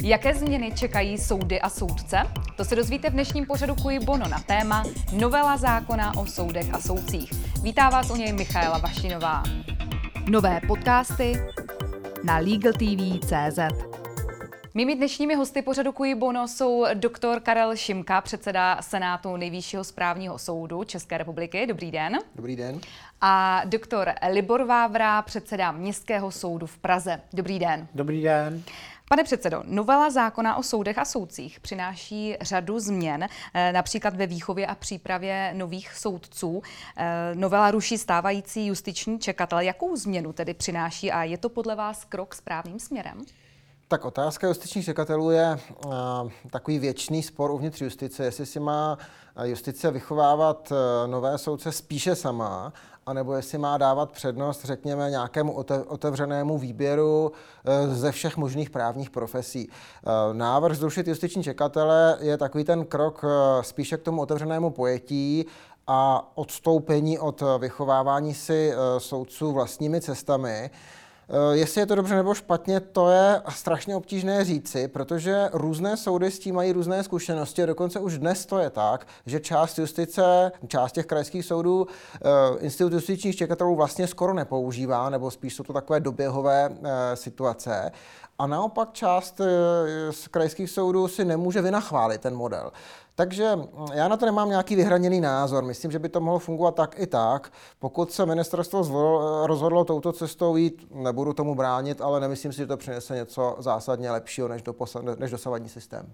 Jaké změny čekají soudy a soudce? To se dozvíte v dnešním pořadu Cui Bono na téma novela zákona o soudech a soudcích. Vítá vás u něj Michaela Vašinová. Nové podcasty na LegalTV.cz. Mými dnešními hosty pořadu Cui Bono jsou doktor Karel Šimka, předseda Senátu Nejvyššího správního soudu České republiky. Dobrý den. Dobrý den. A doktor Libor Vávra, předseda Městského soudu v Praze. Dobrý den. Dobrý den. Pane předsedo, novela zákona o soudech a soudcích přináší řadu změn, například ve výchově a přípravě nových soudců. Novela ruší stávající justiční čekatel. Jakou změnu tedy přináší a je to podle vás krok správným směrem? Tak otázka justičních čekatelů je takový věčný spor uvnitř justice, jestli si má justice vychovávat nové soudce spíše sama, anebo jestli má dávat přednost, řekněme, nějakému otevřenému výběru ze všech možných právních profesí. Návrh zrušit justiční čekatele je takový ten krok spíše k tomu otevřenému pojetí a odstoupení od vychovávání si soudců vlastními cestami. Jestli je to dobře nebo špatně, to je strašně obtížné říci, protože různé soudy s tím mají různé zkušenosti a dokonce už dnes to je tak, že část justice, část těch krajských soudů institut justičních čekatelů vlastně skoro nepoužívá, nebo spíš jsou to takové doběhové situace. A naopak část z krajských soudů si nemůže vynachválit ten model. Takže já na to nemám nějaký vyhraněný názor. Myslím, že by to mohlo fungovat tak i tak. Pokud se ministerstvo rozhodlo touto cestou jít, nebudu tomu bránit, ale nemyslím si, že to přinese něco zásadně lepšího než dosavadní systém.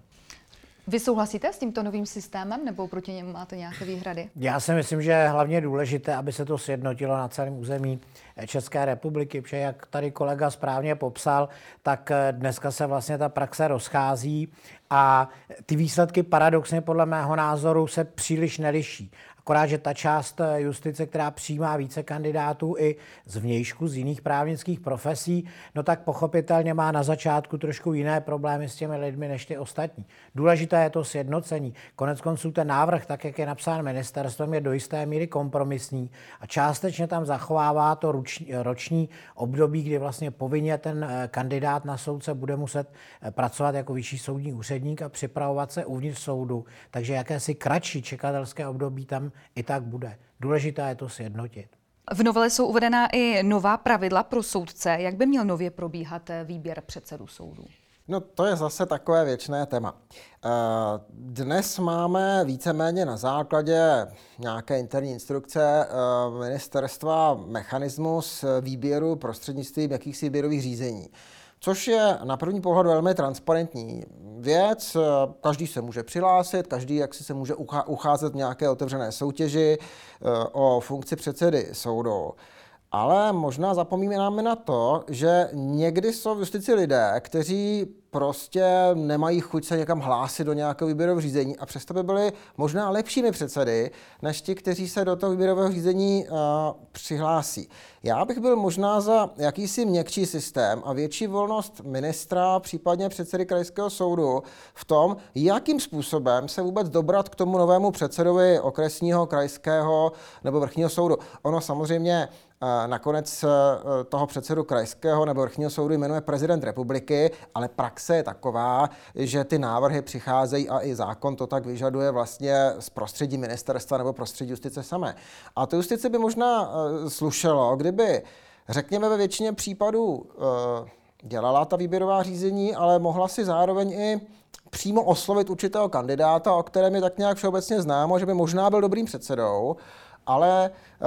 Vy souhlasíte s tímto novým systémem nebo proti němu máte nějaké výhrady? Já si myslím, že je hlavně důležité, aby se to sjednotilo na celém území České republiky, protože jak tady kolega správně popsal, tak dneska se vlastně ta praxe rozchází a ty výsledky paradoxně podle mého názoru se příliš neliší. Akorát, že ta část justice, která přijímá více kandidátů i z vnějšku, z jiných právnických profesí, no tak pochopitelně má na začátku trošku jiné problémy s těmi lidmi než ty ostatní. Důležité je to sjednocení. Koneckonců ten návrh, tak jak je napsán ministerstvem, je do jisté míry kompromisní a částečně tam zachovává to roční období, kdy vlastně povinně ten kandidát na soudce bude muset pracovat jako vyšší soudní úředník a připravovat se uvnitř soudu. Takže jakési kratší čekatelské období tam i tak bude. Důležité je to sjednotit. V novele jsou uvedená i nová pravidla pro soudce. Jak by měl nově probíhat výběr předsedů soudů? No to je zase takové věčné téma. Dnes máme víceméně na základě nějaké interní instrukce ministerstva mechanismus výběru prostřednictvím jakýchsi výběrových řízení. Což je na první pohled velmi transparentní věc. Každý se může přihlásit, každý jaksi se může ucházet v nějaké otevřené soutěži o funkci předsedy soudu. Ale možná zapomínáme na to, že někdy jsou v justici lidé, kteří prostě nemají chuť se někam hlásit do nějakého výběrového řízení a přesto by byli možná lepšími předsedy, než ti, kteří se do toho výběrového řízení přihlásí. Já bych byl možná za jakýsi měkčí systém a větší volnost ministra, případně předsedy krajského soudu v tom, jakým způsobem se vůbec dobrat k tomu novému předsedovi okresního, krajského nebo vrchního soudu. Ono samozřejmě nakonec toho předsedu krajského nebo vrchního soudu jmenuje prezident republiky, ale praxe je taková, že ty návrhy přicházejí a i zákon to tak vyžaduje vlastně z prostředí ministerstva nebo prostředí justice samé. A to justice by možná slušelo, kdyby, řekněme, ve většině případů dělala ta výběrová řízení, ale mohla si zároveň i přímo oslovit určitého kandidáta, o kterém je tak nějak všeobecně známo, že by možná byl dobrým předsedou, ale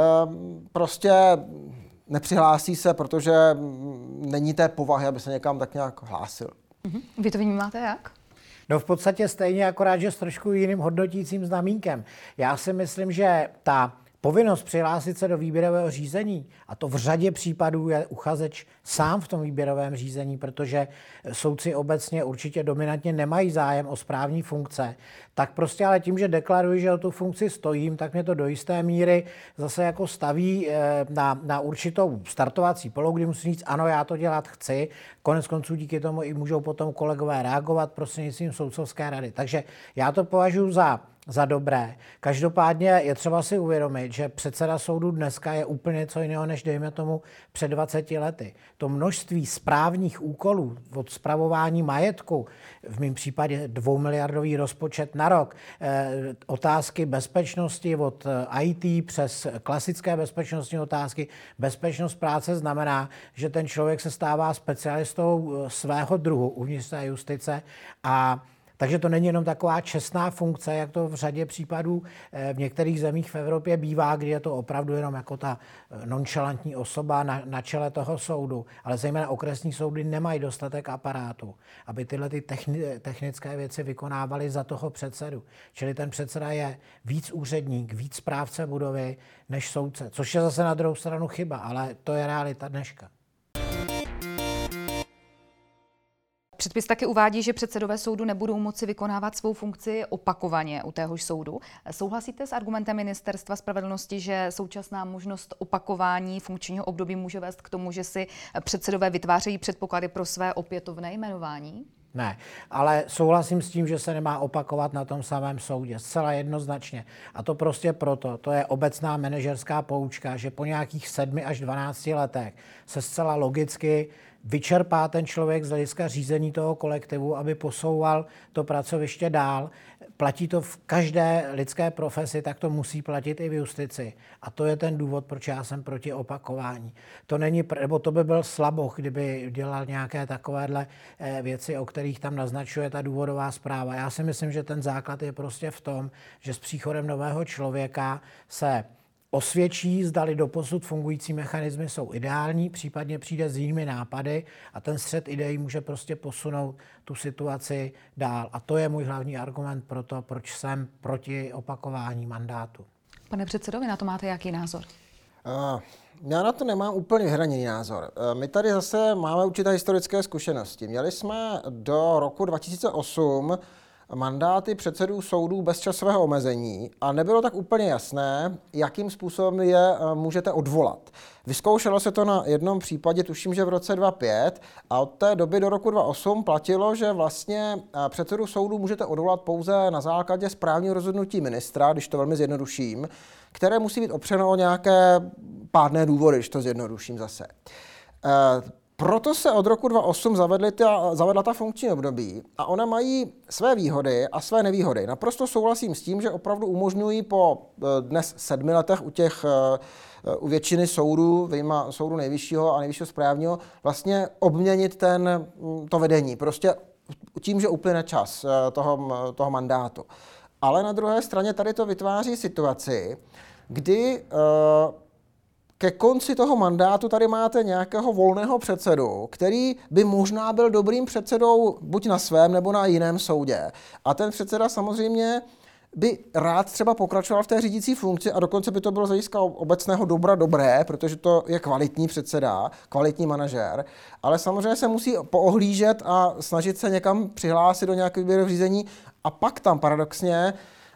prostě nepřihlásí se, protože není té povahy, aby se někam tak nějak hlásil. Vy to vnímáte jak? No v podstatě stejně, akorát, že s trošku jiným hodnotícím znamínkem. Já si myslím, že ta povinnost přihlásit se do výběrového řízení, a to v řadě případů je uchazeč sám v tom výběrovém řízení, protože soudci obecně určitě dominantně nemají zájem o správní funkce, tak prostě ale tím, že deklaruji, že o tu funkci stojím, tak mě to do jisté míry zase jako staví na určitou startovací polohu, kdy musím říct, ano, já to dělat chci. Konec konců díky tomu i můžou potom kolegové reagovat prostřednictvím soudcovské rady. Takže já to považuji za za dobré. Každopádně je třeba si uvědomit, že předseda soudu dneska je úplně něco jiného, než dejme tomu před 20 lety. To množství správních úkolů od spravování majetku, v mém případě 2miliardový rozpočet na rok, otázky bezpečnosti od IT přes klasické bezpečnostní otázky, bezpečnost práce znamená, že ten člověk se stává specialistou svého druhu uvnitř té justice takže to není jenom taková čestná funkce, jak to v řadě případů v některých zemích v Evropě bývá, kdy je to opravdu jenom jako ta nonchalantní osoba na čele toho soudu. Ale zejména okresní soudy nemají dostatek aparátu, aby tyhle technické věci vykonávaly za toho předsedu. Čili ten předseda je víc úředník, víc správce budovy než soudce, což je zase na druhou stranu chyba, ale to je realita dneška. Předpis taky uvádí, že předsedové soudu nebudou moci vykonávat svou funkci opakovaně u téhož soudu. Souhlasíte s argumentem Ministerstva spravedlnosti, že současná možnost opakování funkčního období může vést k tomu, že si předsedové vytvářejí předpoklady pro své opětovné jmenování? Ne, ale souhlasím s tím, že se nemá opakovat na tom samém soudě. Zcela jednoznačně. A to prostě proto, to je obecná manažerská poučka, že po nějakých 7 až 12 letech se zcela logicky vyčerpá ten člověk z hlediska řízení toho kolektivu, aby posouval to pracoviště dál. Platí to v každé lidské profesi, tak to musí platit i v justici. A to je ten důvod, proč já jsem proti opakování. To není, nebo to by byl slaboch, kdyby dělal nějaké takovéhle věci, o kterých tam naznačuje ta důvodová zpráva. Já si myslím, že ten základ je prostě v tom, že s příchodem nového člověka se osvědčí, zdali doposud fungující mechanismy jsou ideální, případně přijde s jinými nápady a ten střet ideí může prostě posunout tu situaci dál. A to je můj hlavní argument pro to, proč jsem proti opakování mandátu. Pane předsedo, vy na to máte jaký názor? Já na to nemám úplně vyhraněný názor. My tady zase máme určité historické zkušenosti. Měli jsme do roku 2008 mandáty předsedů soudů bez časového omezení a nebylo tak úplně jasné, jakým způsobem je můžete odvolat. Vyzkoušelo se to na jednom případě, tuším, že v roce 2005 a od té doby do roku 2008 platilo, že vlastně předsedu soudů můžete odvolat pouze na základě správního rozhodnutí ministra, když to velmi zjednoduším, které musí být opřeno o nějaké pádné důvody, když to zjednoduším zase. Proto se od roku 2008 zavedla ta funkční období a ona mají své výhody a své nevýhody. Naprosto souhlasím s tím, že opravdu umožňují po dnes 7 letech u většiny soudů, vyjma soudu nejvyššího a nejvyššího správního, vlastně obměnit to vedení. Prostě tím, že uplyne čas toho mandátu. Ale na druhé straně tady to vytváří situaci, kdy ke konci toho mandátu tady máte nějakého volného předsedu, který by možná byl dobrým předsedou buď na svém nebo na jiném soudě. A ten předseda samozřejmě by rád třeba pokračoval v té řídící funkci a dokonce by to bylo z hlediska obecného dobra dobré, protože to je kvalitní předseda, kvalitní manažér, ale samozřejmě se musí poohlížet a snažit se někam přihlásit do nějakého výběrového řízení a pak tam paradoxně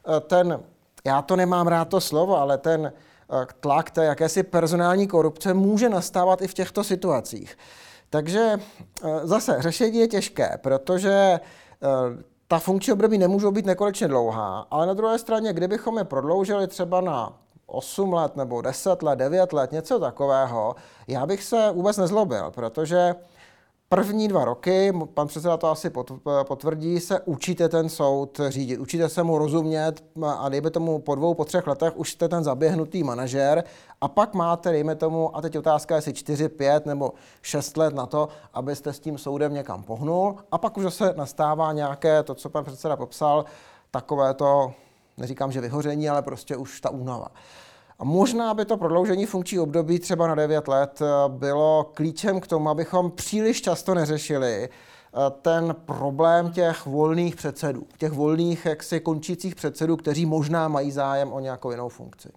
já to nemám rád to slovo, ale ten tlak té jakési personální korupce může nastávat i v těchto situacích. Takže zase řešení je těžké, protože ta funkční období nemůžou být nekonečně dlouhá, ale na druhé straně, kdybychom je prodloužili třeba na 8 let nebo 10 let, 9 let, něco takového, já bych se vůbec nezlobil, protože první 2 roky, pan předseda to asi potvrdí, se učíte ten soud řídit, učíte se mu rozumět a dejme tomu po 2, po 3 letech už jste ten zaběhnutý manažér a pak máte, dejme tomu, a teď otázka, jestli 4, 5 nebo 6 let na to, abyste s tím soudem někam pohnul a pak už zase nastává nějaké, to, co pan předseda popsal, takové to, neříkám, že vyhoření, ale prostě už ta únava. A možná by to prodloužení funkční období třeba na 9 let bylo klíčem k tomu, abychom příliš často neřešili ten problém těch volných předsedů, těch volných jaksi končících předsedů, kteří možná mají zájem o nějakou jinou funkci.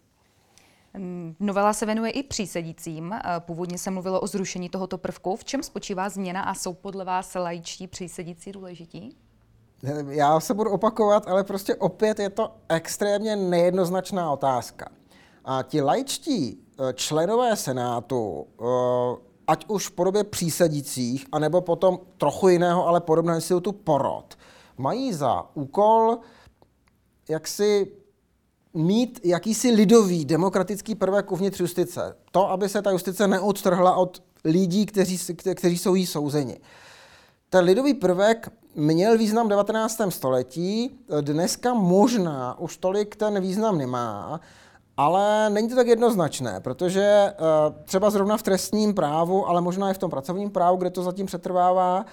Novela se věnuje i přísedícím. Původně se mluvilo o zrušení tohoto prvku. V čem spočívá změna a jsou podle vás laičtí přísedící důležití? Já se budu opakovat, ale prostě opět je to extrémně nejednoznačná otázka. A ti laičtí členové Senátu, ať už v podobě přísedících, anebo potom trochu jiného, ale podobného institutu porot, mají za úkol jaksi mít jakýsi lidový demokratický prvek uvnitř justice. To, aby se ta justice neodtrhla od lidí, kteří jsou jí souzeni. Ten lidový prvek měl význam v 19. století, dneska možná už tolik ten význam nemá, ale není to tak jednoznačné, protože třeba zrovna v trestním právu, ale možná i v tom pracovním právu, kde to zatím přetrvává,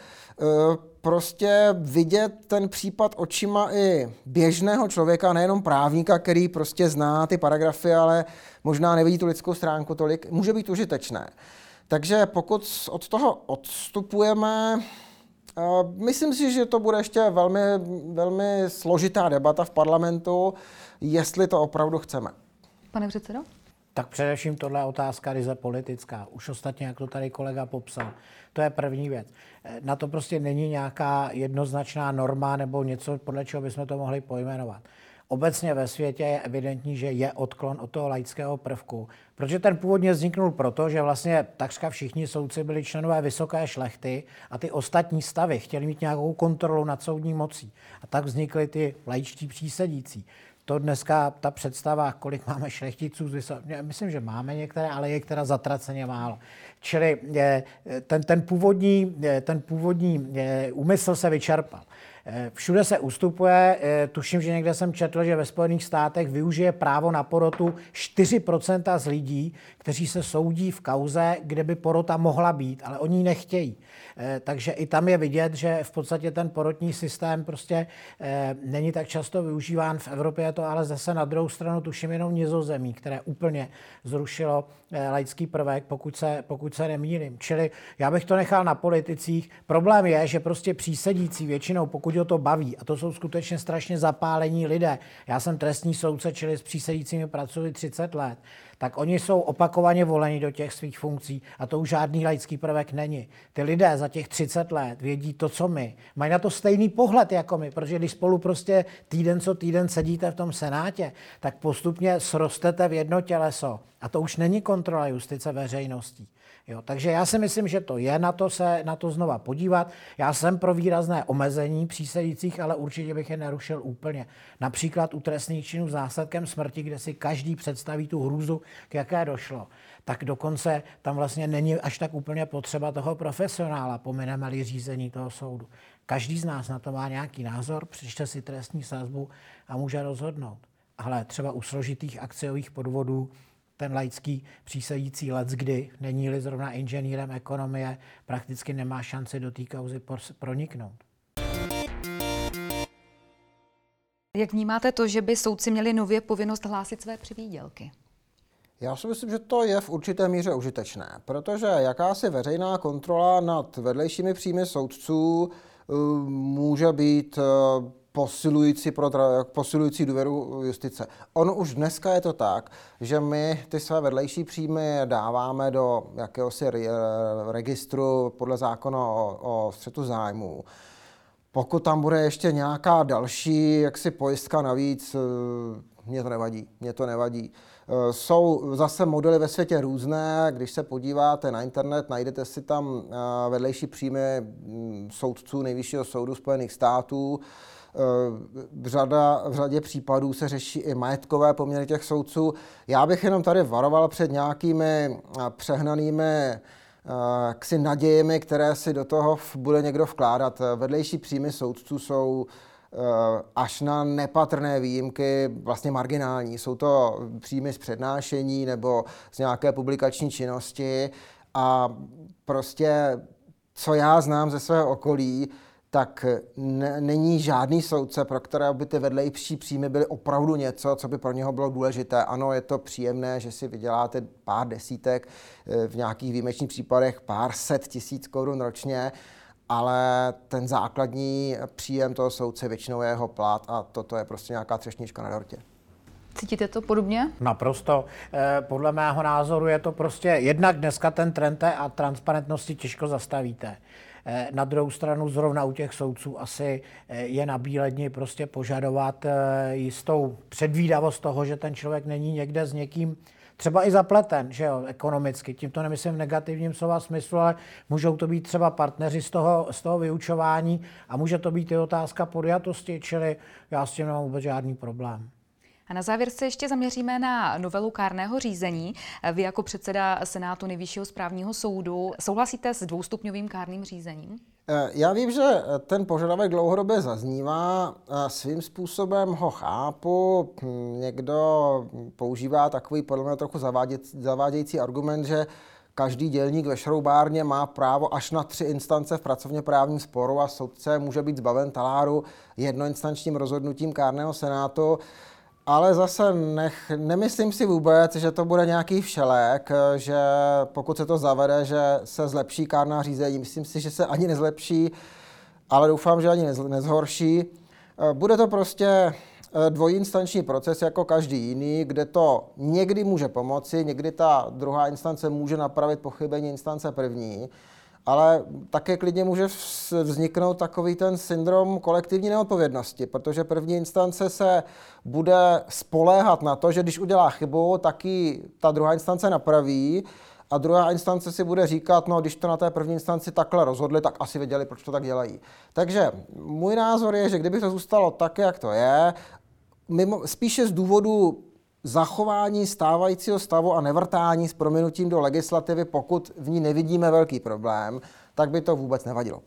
prostě vidět ten případ očima i běžného člověka, nejenom právníka, který prostě zná ty paragrafy, ale možná nevidí tu lidskou stránku tolik, může být užitečné. Takže pokud od toho odstupujeme, myslím si, že to bude ještě velmi, velmi složitá debata v parlamentu, jestli to opravdu chceme. Pane předsedo? Tak především tohle je otázka ryze politická. Už ostatně, jak to tady kolega popsal. To je první věc. Na to prostě není nějaká jednoznačná norma nebo něco, podle čeho bychom to mohli pojmenovat. Obecně ve světě je evidentní, že je odklon od toho laického prvku, protože ten původně vzniknul proto, že vlastně takřka všichni soudci byli členové vysoké šlechty a ty ostatní stavy chtěli mít nějakou kontrolu nad soudní mocí. A tak vznikly ty laičtí přísedící. To dneska ta představa, kolik máme šlechticů, myslím, že máme některé, ale je teda zatraceně málo. Čili ten původní úmysl se vyčerpal. Všude se ustupuje, tuším, že někde jsem četl, že ve Spojených státech využije právo na porotu 4% z lidí, kteří se soudí v kauze, kde by porota mohla být, ale oni ji nechtějí. Takže i tam je vidět, že v podstatě ten porotní systém prostě není tak často využíván. V Evropě je to ale zase na druhou stranu tuším jenom Nizozemí, které úplně zrušilo laický prvek, pokud se nemýlím. Čili já bych to nechal na politicích. Problém je, že prostě přísedící většinou, pokud ho to baví, a to jsou skutečně strašně zapálení lidé. Já jsem trestní soudce, čili s přísedícími pracuji 30 let. Tak oni jsou opakovaně voleni do těch svých funkcí a to už žádný laický prvek není. Ty lidé za těch 30 let vědí to, co my. Mají na to stejný pohled jako my, protože když spolu prostě týden co týden sedíte v tom senátě, tak postupně srostete v jedno těleso. A to už není kontrola justice veřejností. Jo, takže já si myslím, že to je na to znova podívat. Já jsem pro výrazné omezení přísedících, ale určitě bych je nerušil úplně. Například u trestných činů s následkem smrti, kde si každý představí tu hrůzu, k jaké došlo. Tak dokonce tam vlastně není až tak úplně potřeba toho profesionála, pomineme-li řízení toho soudu. Každý z nás na to má nějaký názor, přečte si trestní sazbu a může rozhodnout. Ale třeba u složitých akciových podvodů ten laický přísedící leckdy, není-li zrovna inženýrem ekonomie, prakticky nemá šanci do té kauzy proniknout. Jak vnímáte to, že by soudci měli nově povinnost hlásit své přivýdělky? Já si myslím, že to je v určité míře užitečné, protože jakási veřejná kontrola nad vedlejšími příjmy soudců může být posilující důvěru justice. Ono už dneska je to tak, že my ty své vedlejší příjmy dáváme do jakéhosi registru podle zákona o střetu zájmů. Pokud tam bude ještě nějaká další jaksi pojistka navíc, mě to nevadí. Jsou zase modely ve světě různé, když se podíváte na internet, najdete si tam vedlejší příjmy soudců Nejvyššího soudu Spojených států. V řadě případů se řeší i majetkové poměry těch soudců. Já bych jenom tady varoval před nějakými přehnanými nadějemi, které si do toho bude někdo vkládat. Vedlejší příjmy soudců jsou až na nepatrné výjimky vlastně marginální. Jsou to příjmy z přednášení nebo z nějaké publikační činnosti a prostě, co já znám ze svého okolí, tak není žádný soudce, pro které by ty vedlejší příjmy byly opravdu něco, co by pro něho bylo důležité. Ano, je to příjemné, že si vyděláte pár desítek, v nějakých výjimečných případech pár set tisíc korun ročně, ale ten základní příjem toho soudce většinou je jeho plat a toto je prostě nějaká třešnička na dortě. Cítíte to podobně? Naprosto. Podle mého názoru je to prostě jednak dneska ten trend a transparentnosti těžko zastavíte. Na druhou stranu zrovna u těch soudců asi je nabíledni prostě požadovat jistou předvídavost toho, že ten člověk není někde s někým třeba i zapleten, že jo, ekonomicky. Tím to nemyslím v negativním slova smyslu, ale můžou to být třeba partneři z toho vyučování a může to být i otázka podjatosti, čili já s tím nemám vůbec žádný problém. A na závěr se ještě zaměříme na novelu kárného řízení. Vy jako předseda Senátu Nejvyššího správního soudu souhlasíte s dvoustupňovým kárným řízením? Já vím, že ten požadavek dlouhodobě zaznívá, svým způsobem ho chápu. Někdo používá takový podle mě trochu zavádějící argument, že každý dělník ve šroubárně má právo až na 3 instance v pracovně právním sporu a soudce může být zbaven taláru jednoinstančním rozhodnutím kárného senátu. Ale zase nemyslím si vůbec, že to bude nějaký všelék, že pokud se to zavede, že se zlepší kárná řízení. Myslím si, že se ani nezlepší, ale doufám, že ani nezhorší. Bude to prostě dvojinstanční proces jako každý jiný, kde to někdy může pomoci, někdy ta druhá instance může napravit pochybení instance první, ale také klidně může vzniknout takový ten syndrom kolektivní neodpovědnosti, protože první instance se bude spoléhat na to, že když udělá chybu, tak ji ta druhá instance napraví a druhá instance si bude říkat, no když to na té první instanci takhle rozhodli, tak asi věděli, proč to tak dělají. Takže můj názor je, že kdyby to zůstalo tak, jak to je, spíše z důvodu zachování stávajícího stavu a nevrtání s prominutím do legislativy, pokud v ní nevidíme velký problém, tak by to vůbec nevadilo.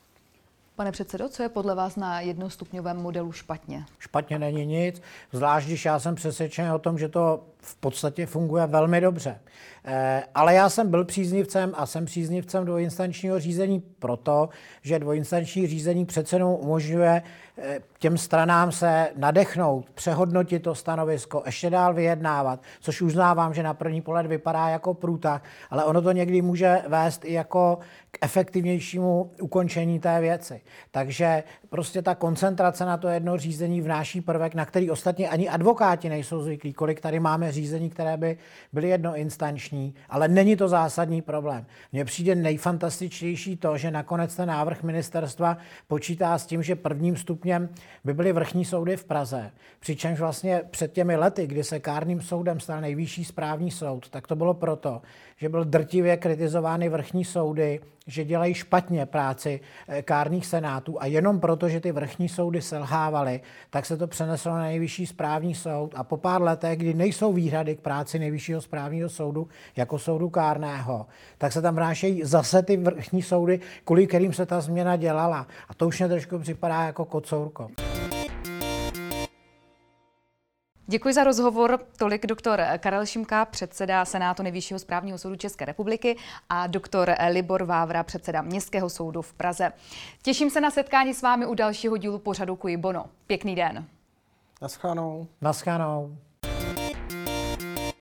Pane předsedo, co je podle vás na jednostupňovém modelu špatně? Špatně není nic, zvlášť když já jsem přesvědčen o tom, že to v podstatě funguje velmi dobře. Ale já jsem byl příznivcem a jsem příznivcem dvojinstančního řízení proto, že dvojinstanční řízení přece jenom umožňuje těm stranám se nadechnout, přehodnotit to stanovisko, ještě dál vyjednávat, což uznávám, že na první pohled vypadá jako průtah, ale ono to někdy může vést i jako k efektivnějšímu ukončení té věci. Takže prostě ta koncentrace na to jedno řízení vnáší prvek, na který ostatně ani advokáti nejsou zvyklí, kolik tady máme řízení, které by byly jednoinstanční, ale není to zásadní problém. Mně přijde nejfantastičtější to, že nakonec ten návrh ministerstva počítá s tím, že prvním stupněm by byly vrchní soudy v Praze. Přičemž vlastně před těmi lety, kdy se kárným soudem stal Nejvyšší správní soud, tak to bylo proto, že byl drtivě kritizovány vrchní soudy, že dělají špatně práci kárných senátů a jenom proto, že ty vrchní soudy selhávaly, tak se to přeneslo na Nejvyšší správní soud a po pár letech, kdy nejsou výhrady k práci Nejvyššího správního soudu jako soudu kárného, tak se tam vnášejí zase ty vrchní soudy, kvůli kterým se ta změna dělala. A to už mě trošku připadá jako kocourko. Děkuji za rozhovor. Tolik doktor Karel Šimka, předseda Senátu Nejvyššího správního soudu České republiky a doktor Libor Vávra, předseda Městského soudu v Praze. Těším se na setkání s vámi u dalšího dílu pořadu Cui Bono. Pěkný den. Naschledanou. Naschledanou.